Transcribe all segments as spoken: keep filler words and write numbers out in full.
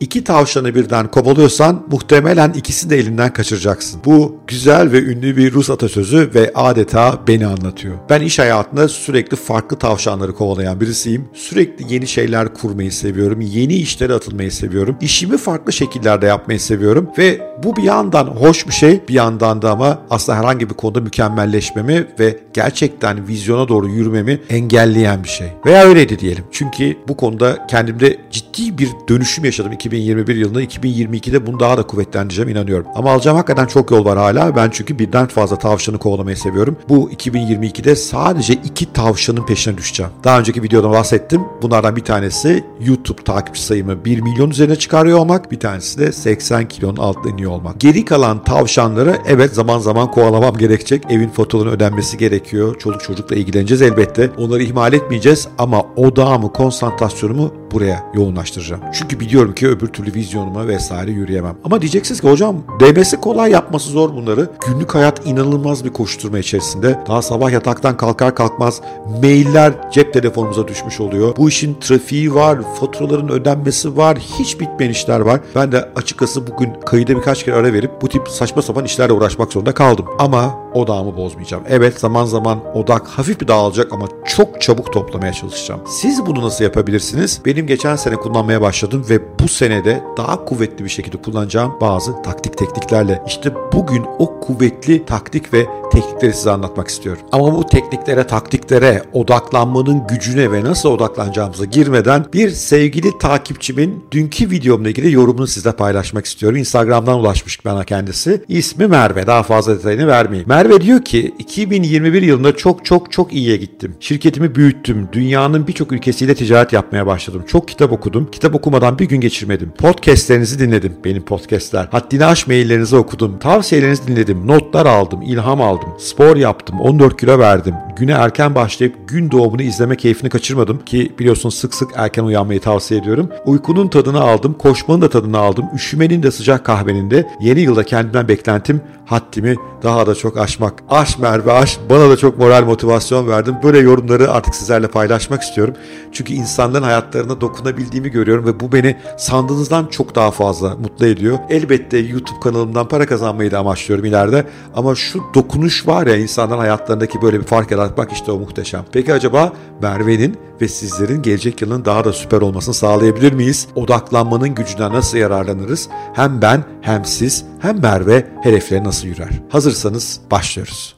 İki tavşanı birden kovalıyorsan muhtemelen ikisini de elinden kaçıracaksın. Bu güzel ve ünlü bir Rus atasözü ve adeta beni anlatıyor. Ben iş hayatında sürekli farklı tavşanları kovalayan birisiyim. Sürekli yeni şeyler kurmayı seviyorum. Yeni işlere atılmayı seviyorum. İşimi farklı şekillerde yapmayı seviyorum ve bu bir yandan hoş bir şey, bir yandan da ama aslında herhangi bir konuda mükemmelleşmemi ve gerçekten vizyona doğru yürümemi engelleyen bir şey. Veya öyleydi diyelim. Çünkü bu konuda kendimde ciddi bir dönüşüm yaşadım iki bin yirmi bir yılında. iki bin yirmi ikide bunu daha da kuvvetlendireceğim inanıyorum. Ama alacağım hakikaten çok yol var hala. Ben çünkü birden fazla tavşanı kovalamayı seviyorum. Bu iki bin yirmi ikide sadece iki tavşanın peşine düşeceğim. Daha önceki videoda bahsettim. Bunlardan bir tanesi YouTube takipçi sayımı bir milyon üzerine çıkarıyor olmak. Bir tanesi de seksen kilonun altına iniyor olmak. Geri kalan tavşanları evet zaman zaman kovalamam gerekecek. Evin faturalarının ödenmesi gerekiyor. Çoluk çocukla ilgileneceğiz elbette. Onları ihmal etmeyeceğiz ama odağımı, konsantrasyonumu buraya yoğunlaştıracağım. Çünkü biliyorum ki öbür türlü vizyonuma vesaire yürüyemem. Ama diyeceksiniz ki hocam demesi kolay, yapması zor bunları. Günlük hayat inanılmaz bir koşturma içerisinde. Daha sabah yataktan kalkar kalkmaz mailler cep telefonumuza düşmüş oluyor. Bu işin trafiği var, faturaların ödenmesi var, hiç bitmeyen işler var. Ben de açıkçası bugün kayıda birkaç kere ara verip bu tip saçma sapan işlerle uğraşmak zorunda kaldım. Ama odağımı bozmayacağım. Evet zaman zaman odak hafif bir dağılacak ama çok çabuk toplamaya çalışacağım. Siz bunu nasıl yapabilirsiniz? Benim geçen sene kullanmaya başladım ve bu senede daha kuvvetli bir şekilde kullanacağım bazı taktik tekniklerle. İşte bugün o kuvvetli taktik ve teknikleri size anlatmak istiyorum. Ama bu tekniklere, taktiklere, odaklanmanın gücüne ve nasıl odaklanacağımıza girmeden bir sevgili takipçimin dünkü videomla ilgili yorumunu sizle paylaşmak istiyorum. Instagram'dan ulaşmış bana kendisi. İsmi Merve. Daha fazla detayını vermeyeyim. Merve diyor ki iki bin yirmi bir yılında çok çok çok iyiye gittim. Şirketimi büyüttüm. Dünyanın birçok ülkesiyle ticaret yapmaya başladım. Çok kitap okudum. Kitap okumadan bir gün geçirmedim. Podcastlerinizi dinledim. Benim podcastler. Haddini aş maillerinizi okudum. Tavsiyelerinizi dinledim. Notlar aldım. İlham aldım. Spor yaptım. on dört kilo verdim. Güne erken başlayıp gün doğumunu izleme keyfini kaçırmadım ki biliyorsunuz sık sık erken uyanmayı tavsiye ediyorum. Uykunun tadını aldım. Koşmanın da tadını aldım. Üşümenin de sıcak kahvenin de. Yeni yılda kendimden beklentim haddimi daha da çok aşmak. Aş Merve aş. Bana da çok moral motivasyon verdin. Böyle yorumları artık sizlerle paylaşmak istiyorum. Çünkü insanların hayatlarına dokunabildiğimi görüyorum ve bu beni sandığınızdan çok daha fazla mutlu ediyor. Elbette YouTube kanalımdan para kazanmayı da amaçlıyorum ileride. Ama şu dokunuş var ya, insanların hayatlarındaki böyle bir fark yaratmak, işte o muhteşem. Peki acaba Merve'nin ve sizlerin gelecek yılın daha da süper olmasını sağlayabilir miyiz? Odaklanmanın gücünden nasıl yararlanırız? Hem ben, hem siz, hem Merve hedeflere nasıl yürür? Hazırsanız başlıyoruz.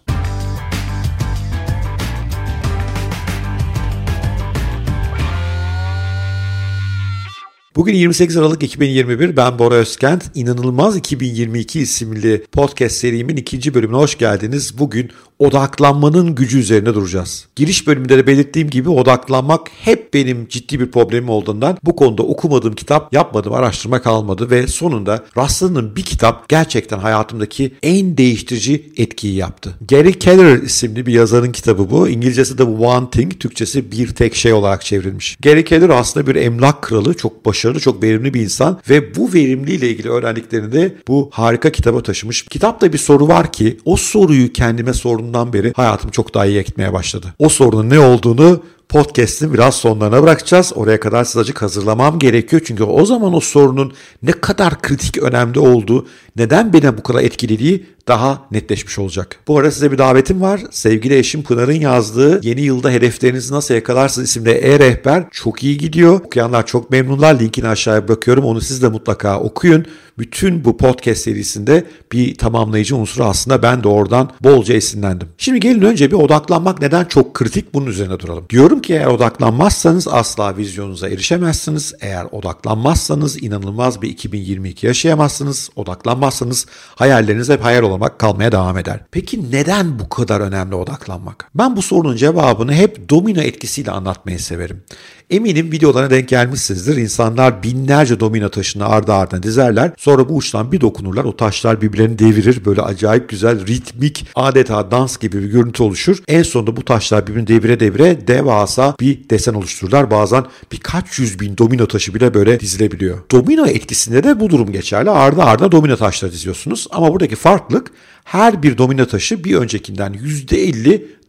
Bugün yirmi sekiz Aralık iki bin yirmi bir, ben Bora Özkent. İnanılmaz iki bin yirmi iki isimli podcast serimin ikinci bölümüne hoş geldiniz. Bugün odaklanmanın gücü üzerine duracağız. Giriş bölümünde de belirttiğim gibi odaklanmak hep benim ciddi bir problemim olduğundan bu konuda okumadığım kitap, yapmadığım araştırma kalmadı ve sonunda rastladığım bir kitap gerçekten hayatımdaki en değiştirici etkiyi yaptı. Gary Keller isimli bir yazarın kitabı bu. İngilizcesi de One Thing, Türkçesi bir tek şey olarak çevrilmiş. Gary Keller aslında bir emlak kralı, çok başarılı, çok verimli bir insan ve bu verimliyle ilgili öğrendiklerini de bu harika kitaba taşımış. Kitapta bir soru var ki o soruyu kendime sorduğumdan beri hayatım çok daha iyiye gitmeye başladı. O sorunun ne olduğunu podcast'in biraz sonlarına bırakacağız. Oraya kadar size azıcık hazırlamam gerekiyor. Çünkü o zaman o sorunun ne kadar kritik, önemli olduğu, neden beni bu kadar etkilediği daha netleşmiş olacak. Bu arada size bir davetim var. Sevgili eşim Pınar'ın yazdığı Yeni Yılda Hedeflerinizi Nasıl Yakalarsınız isimli e-rehber çok iyi gidiyor. Okuyanlar çok memnunlar. Linkini aşağıya bırakıyorum. Onu siz de mutlaka okuyun. Bütün bu podcast serisinde bir tamamlayıcı unsuru aslında ben de oradan bolca esinlendim. Şimdi gelin önce bir odaklanmak neden çok kritik, bunun üzerine duralım. Diyorum ki eğer odaklanmazsanız asla vizyonunuza erişemezsiniz. Eğer odaklanmazsanız inanılmaz bir iki bin yirmi iki yaşayamazsınız. Odaklanmazsanız hayalleriniz hep hayal olarak kalmaya devam eder. Peki neden bu kadar önemli odaklanmak? Ben bu sorunun cevabını hep domino etkisiyle anlatmayı severim. Eminim videolarına denk gelmişsinizdir. İnsanlar binlerce domino taşını ardı ardına dizerler. Sonra bu uçtan bir dokunurlar. O taşlar birbirlerini devirir. Böyle acayip güzel, ritmik, adeta dans gibi bir görüntü oluşur. En sonunda bu taşlar birbirini devire devire devasa bir desen oluştururlar. Bazen birkaç yüz bin domino taşı bile böyle dizilebiliyor. Domino etkisinde de bu durum geçerli. Ardı ardına domino taşları diziyorsunuz. Ama buradaki farklılık her bir domino taşı bir öncekinden yüzde elli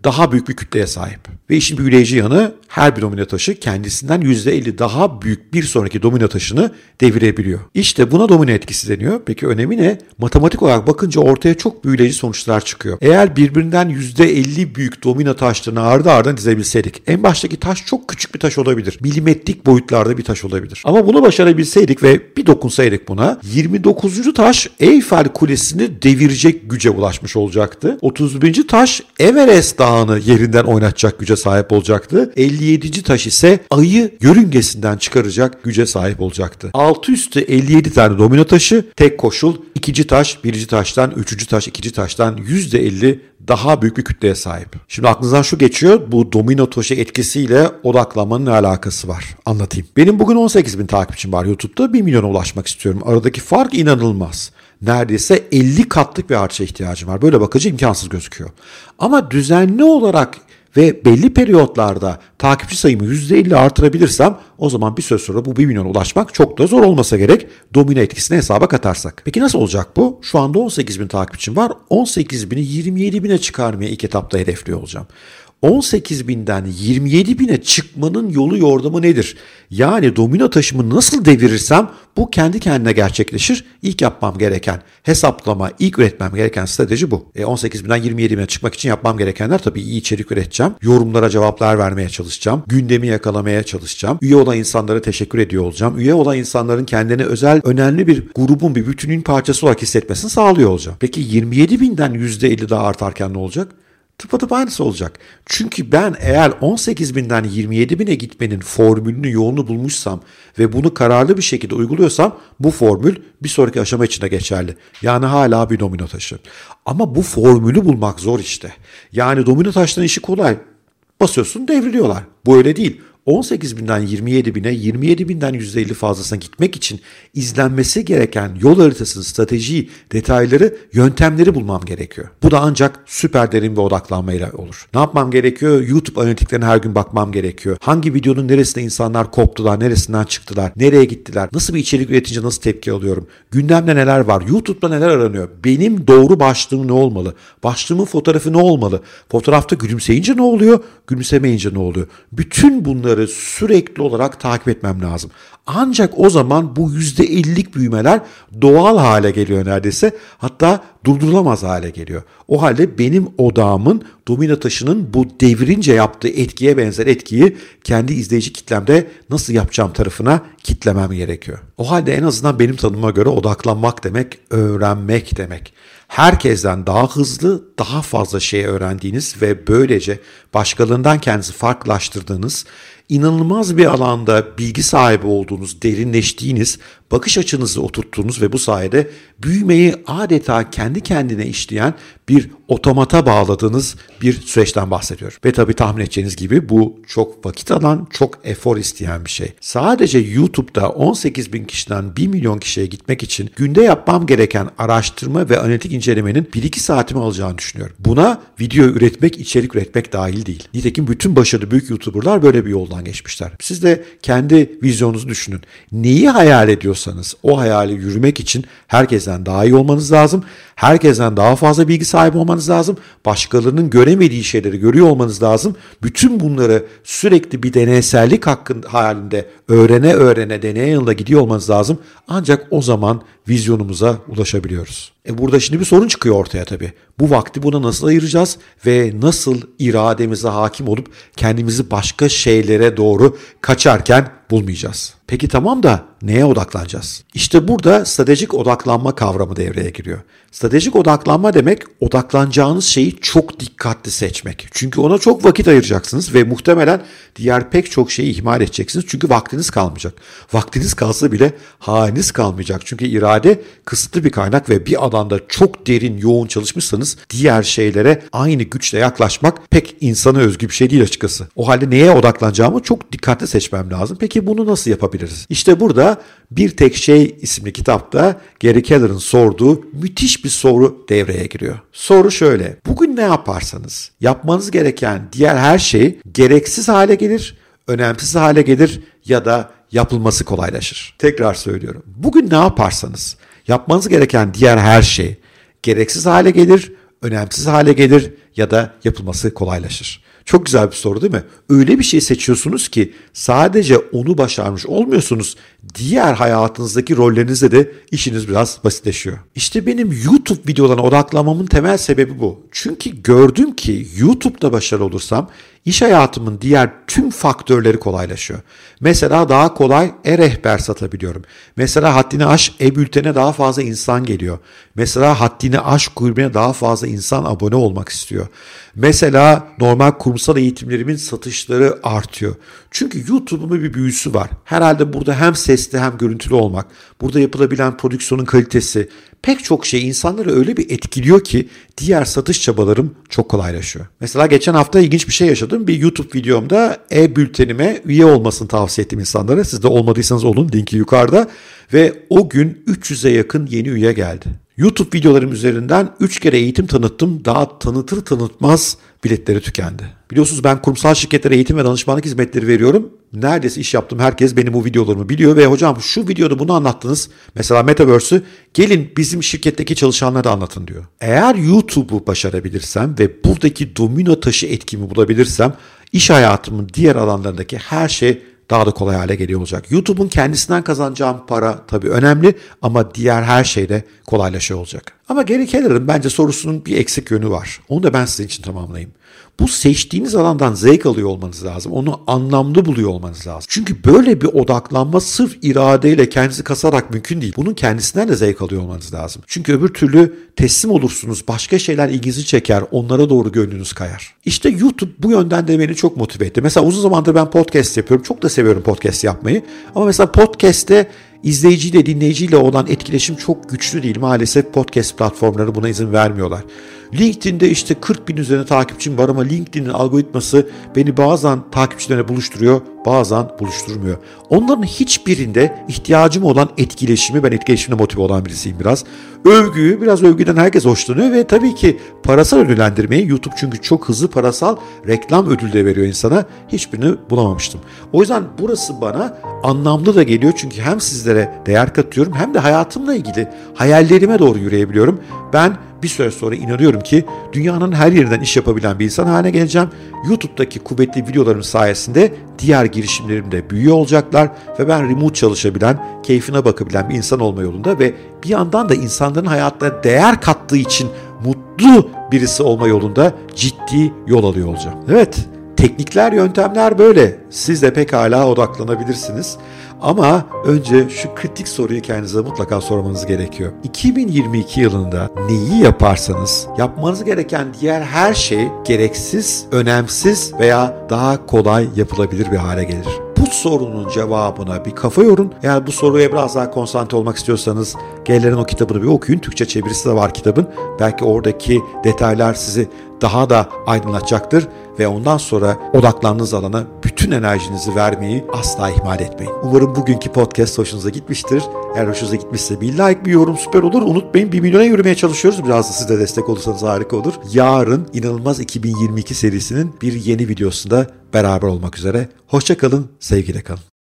daha büyük bir kütleye sahip. Ve işin büyüleyici yanı her bir domino taşı kendisinden yüzde elli daha büyük bir sonraki domino taşını devirebiliyor. İşte buna domino etkisi deniyor. Peki önemi ne? Matematik olarak bakınca ortaya çok büyüleyici sonuçlar çıkıyor. Eğer birbirinden yüzde elli büyük domino taşlarını ardı ardına dizebilseydik. En baştaki taş çok küçük bir taş olabilir. Milimetrik boyutlarda bir taş olabilir. Ama bunu başarabilseydik ve bir dokunsaydık buna, yirmi dokuzuncu taş Eyfel Kulesi'ni devirecek güce ulaşmış olacaktı. otuz birinci taş Everest Dağı'nı yerinden oynatacak güce sahip olacaktı. elli yedinci taş ise ayı yörüngesinden çıkaracak güce sahip olacaktı. Altı üstü elli yedi tane domino taşı, tek koşul ikinci taş birinci taştan, üçüncü taş ikinci taştan yüzde elli daha büyük bir kütleye sahip. Şimdi aklınızdan şu geçiyor, bu domino taşı etkisiyle odaklanmanın ne alakası var? Anlatayım. Benim bugün on sekiz bin takipçim var YouTube'da, bir milyona ulaşmak istiyorum. Aradaki fark inanılmaz. Neredeyse elli katlık bir artışa ihtiyacım var. Böyle bakınca imkansız gözüküyor. Ama düzenli olarak ve belli periyotlarda takipçi sayımı yüzde elli artırabilirsem o zaman bir süre sonra bu bir milyona ulaşmak çok da zor olmasa gerek, domino etkisini hesaba katarsak. Peki nasıl olacak bu? Şu anda on sekiz bin takipçim var. on sekiz bini yirmi yedi bine çıkarmaya ilk etapta hedefliyor olacağım. on sekiz binden yirmi yedi bine çıkmanın yolu yordamı nedir? Yani domino taşımı nasıl devirirsem bu kendi kendine gerçekleşir. İlk yapmam gereken hesaplama, ilk üretmem gereken strateji bu. E on sekiz binden yirmi yedi bine çıkmak için yapmam gerekenler tabii iyi içerik üreteceğim. Yorumlara cevaplar vermeye çalışacağım. Gündemi yakalamaya çalışacağım. Üye olan insanlara teşekkür ediyor olacağım. Üye olan insanların kendine özel, önemli bir grubun, bir bütünün parçası olarak hissetmesini sağlıyor olacağım. Peki yirmi yedi binden yüzde elli daha artarken ne olacak? Tıpatıp aynısı olacak. Çünkü ben eğer on sekiz binden yirmi yedi bine gitmenin formülünü, yolunu bulmuşsam ve bunu kararlı bir şekilde uyguluyorsam bu formül bir sonraki aşama için de geçerli. Yani hala bir domino taşı. Ama bu formülü bulmak zor işte. Yani domino taşların işi kolay. Basıyorsun, devriliyorlar. Bu öyle değil. on sekiz binden yirmi yedi bine, yirmi yedi binden yüzde elli fazlasına gitmek için izlenmesi gereken yol haritasını, stratejiyi, detayları, yöntemleri bulmam gerekiyor. Bu da ancak süper derin bir odaklanmayla olur. Ne yapmam gerekiyor? YouTube analitiklerine her gün bakmam gerekiyor. Hangi videonun neresinde insanlar koptular, neresinden çıktılar, nereye gittiler, nasıl bir içerik üretince nasıl tepki alıyorum, gündemde neler var, YouTube'da neler aranıyor, benim doğru başlığım ne olmalı, başlığımın fotoğrafı ne olmalı, fotoğrafta gülümseyince ne oluyor, gülümsemeyince ne oluyor? Bütün bunları sürekli olarak takip etmem lazım. Ancak o zaman bu yüzde ellilik büyümeler doğal hale geliyor neredeyse. Hatta durdurulamaz hale geliyor. O halde benim odağımın domino taşının bu devirince yaptığı etkiye benzer etkiyi kendi izleyici kitlemde nasıl yapacağım tarafına kitlemem gerekiyor. O halde en azından benim tanımıma göre odaklanmak demek, öğrenmek demek. Herkesten daha hızlı, daha fazla şey öğrendiğiniz ve böylece başkalarından kendinizi farklılaştırdığınız, inanılmaz bir alanda bilgi sahibi olduğunuz, derinleştiğiniz, bakış açınızı oturttuğunuz ve bu sayede büyümeyi adeta kendi kendine işleyen bir otomata bağladığınız bir süreçten bahsediyorum. Ve tabii tahmin edeceğiniz gibi bu çok vakit alan, çok efor isteyen bir şey. Sadece YouTube'da on sekiz bin kişiden bir milyon kişiye gitmek için günde yapmam gereken araştırma ve analitik incelemenin bir iki saatimi alacağını düşünüyorum. Buna video üretmek, içerik üretmek dahil değil. Nitekim bütün başarılı büyük YouTuber'lar böyle bir yoldan geçmişler. Siz de kendi vizyonunuzu düşünün. Neyi hayal ediyorsanız o hayali yürümek için herkesten daha iyi olmanız lazım. Herkesten daha fazla bilgi sahibi olmanız lazım. Başkalarının göremediği şeyleri görüyor olmanız lazım. Bütün bunları sürekli bir deneysellik hakkında halinde öğrene öğrene deneye yanında gidiyor olmanız lazım. Ancak o zaman vizyonumuza ulaşabiliyoruz. E burada şimdi bir sorun çıkıyor ortaya tabii. Bu vakti buna nasıl ayıracağız ve nasıl irademize hakim olup kendimizi başka şeylere doğru kaçarken bulmayacağız? Peki tamam da neye odaklanacağız? İşte burada stratejik odaklanma kavramı devreye giriyor. Stratejik odaklanma demek odaklanacağınız şeyi çok dikkatli seçmek. Çünkü ona çok vakit ayıracaksınız ve muhtemelen diğer pek çok şeyi ihmal edeceksiniz. Çünkü vaktiniz kalmayacak. Vaktiniz kalsa bile haliniz kalmayacak. Çünkü irade kısıtlı bir kaynak ve bir alanda çok derin, yoğun çalışmışsanız diğer şeylere aynı güçle yaklaşmak pek insana özgü bir şey değil açıkçası. O halde neye odaklanacağımı çok dikkatli seçmem lazım. Peki bunu nasıl yapabiliriz? İşte burada Bir Tek Şey isimli kitapta Gary Keller'ın sorduğu müthiş bir soru devreye giriyor. Soru şöyle: bugün ne yaparsanız yapmanız gereken diğer her şey gereksiz hale gelir, önemsiz hale gelir ya da yapılması kolaylaşır. Tekrar söylüyorum. Bugün ne yaparsanız yapmanız gereken diğer her şey gereksiz hale gelir, önemsiz hale gelir ya da yapılması kolaylaşır. Çok güzel bir soru değil mi? Öyle bir şey seçiyorsunuz ki sadece onu başarmış olmuyorsunuz. Diğer hayatınızdaki rollerinizde de işiniz biraz basitleşiyor. İşte benim YouTube videolarına odaklanmamın temel sebebi bu. Çünkü gördüm ki YouTube'da başarılı olursam iş hayatımın diğer tüm faktörleri kolaylaşıyor. Mesela daha kolay e-rehber satabiliyorum. Mesela haddini aş e-bültene daha fazla insan geliyor. Mesela haddini aş kulübüne daha fazla insan abone olmak istiyor. Mesela normal kurumsal eğitimlerimin satışları artıyor. Çünkü YouTube'un bir büyüsü var. Herhalde burada hem sesli hem görüntülü olmak, burada yapılabilen prodüksiyonun kalitesi, pek çok şey insanları öyle bir etkiliyor ki diğer satış çabalarım çok kolaylaşıyor. Mesela geçen hafta ilginç bir şey yaşadım. Bir YouTube videomda e-bültenime üye olmasını tavsiye ettim insanlara. Siz de olmadıysanız olun, linki yukarıda. Ve o gün üç yüze yakın yeni üye geldi. YouTube videolarım üzerinden üç kere eğitim tanıttım. Daha tanıtır tanıtmaz biletleri tükendi. Biliyorsunuz ben kurumsal şirketlere eğitim ve danışmanlık hizmetleri veriyorum. Neredeyse iş yaptım. Herkes benim bu videolarımı biliyor ve hocam şu videoda bunu anlattınız. Mesela Metaverse'ü gelin bizim şirketteki çalışanlara da anlatın diyor. Eğer YouTube'u başarabilirsem ve buradaki domino taşı etkimi bulabilirsem iş hayatımın diğer alanlarındaki her şey daha da kolay hale geliyor olacak. YouTube'un kendisinden kazanacağım para tabii önemli ama diğer her şey de kolaylaşıyor olacak. Ama Gary Keller'ın bence sorusunun bir eksik yönü var. Onu da ben sizin için tamamlayayım. Bu seçtiğiniz alandan zevk alıyor olmanız lazım. Onu anlamlı buluyor olmanız lazım. Çünkü böyle bir odaklanma sırf iradeyle kendinizi kasarak mümkün değil. Bunun kendisinden de zevk alıyor olmanız lazım. Çünkü öbür türlü teslim olursunuz. Başka şeyler ilginizi çeker. Onlara doğru gönlünüz kayar. İşte YouTube bu yönden de beni çok motive etti. Mesela uzun zamandır ben podcast yapıyorum. Çok da seviyorum podcast yapmayı. Ama mesela podcast'te İzleyiciyle, dinleyiciyle olan etkileşim çok güçlü değil. Maalesef podcast platformları buna izin vermiyorlar. LinkedIn'de işte kırk bin üzerine takipçim var ama LinkedIn'in algoritması beni bazen takipçilerine buluşturuyor, bazen buluşturmuyor. Onların hiçbirinde ihtiyacım olan etkileşimi, ben etkileşimle motive olan birisiyim biraz. Övgüyü, biraz övgüden herkes hoşlanıyor ve tabii ki parasal ödüllendirmeyi, YouTube çünkü çok hızlı parasal reklam ödülü de veriyor insana, hiçbirini bulamamıştım. O yüzden burası bana anlamlı da geliyor çünkü hem sizlere değer katıyorum hem de hayatımla ilgili hayallerime doğru yürüyebiliyorum. Ben bir süre sonra inanıyorum ki dünyanın her yerinden iş yapabilen bir insan haline geleceğim. YouTube'daki kuvvetli videolarım sayesinde diğer girişimlerim de büyüyor olacaklar ve ben remote çalışabilen, keyfine bakabilen bir insan olma yolunda ve bir yandan da insanların hayatına değer kattığı için mutlu birisi olma yolunda ciddi yol alıyor olacağım. Evet, teknikler, yöntemler böyle. Siz de pekala odaklanabilirsiniz. Ama önce şu kritik soruyu kendinize mutlaka sormanız gerekiyor. iki bin yirmi iki yılında neyi yaparsanız yapmanız gereken diğer her şey gereksiz, önemsiz veya daha kolay yapılabilir bir hale gelir. Bu sorunun cevabına bir kafa yorun. Eğer bu soruya biraz daha konsantre olmak istiyorsanız Geller'in o kitabını bir okuyun. Türkçe çevirisi de var kitabın. Belki oradaki detaylar sizi daha da aydınlatacaktır ve ondan sonra odaklandığınız alana bütün enerjinizi vermeyi asla ihmal etmeyin. Umarım bugünkü podcast hoşunuza gitmiştir. Eğer hoşunuza gitmişse bir like, bir yorum süper olur. Unutmayın, bir milyona yürümeye çalışıyoruz. Biraz da siz de destek olursanız harika olur. Yarın İnanılmaz iki bin yirmi iki serisinin bir yeni videosunda beraber olmak üzere. Hoşça kalın, sevgiyle kalın.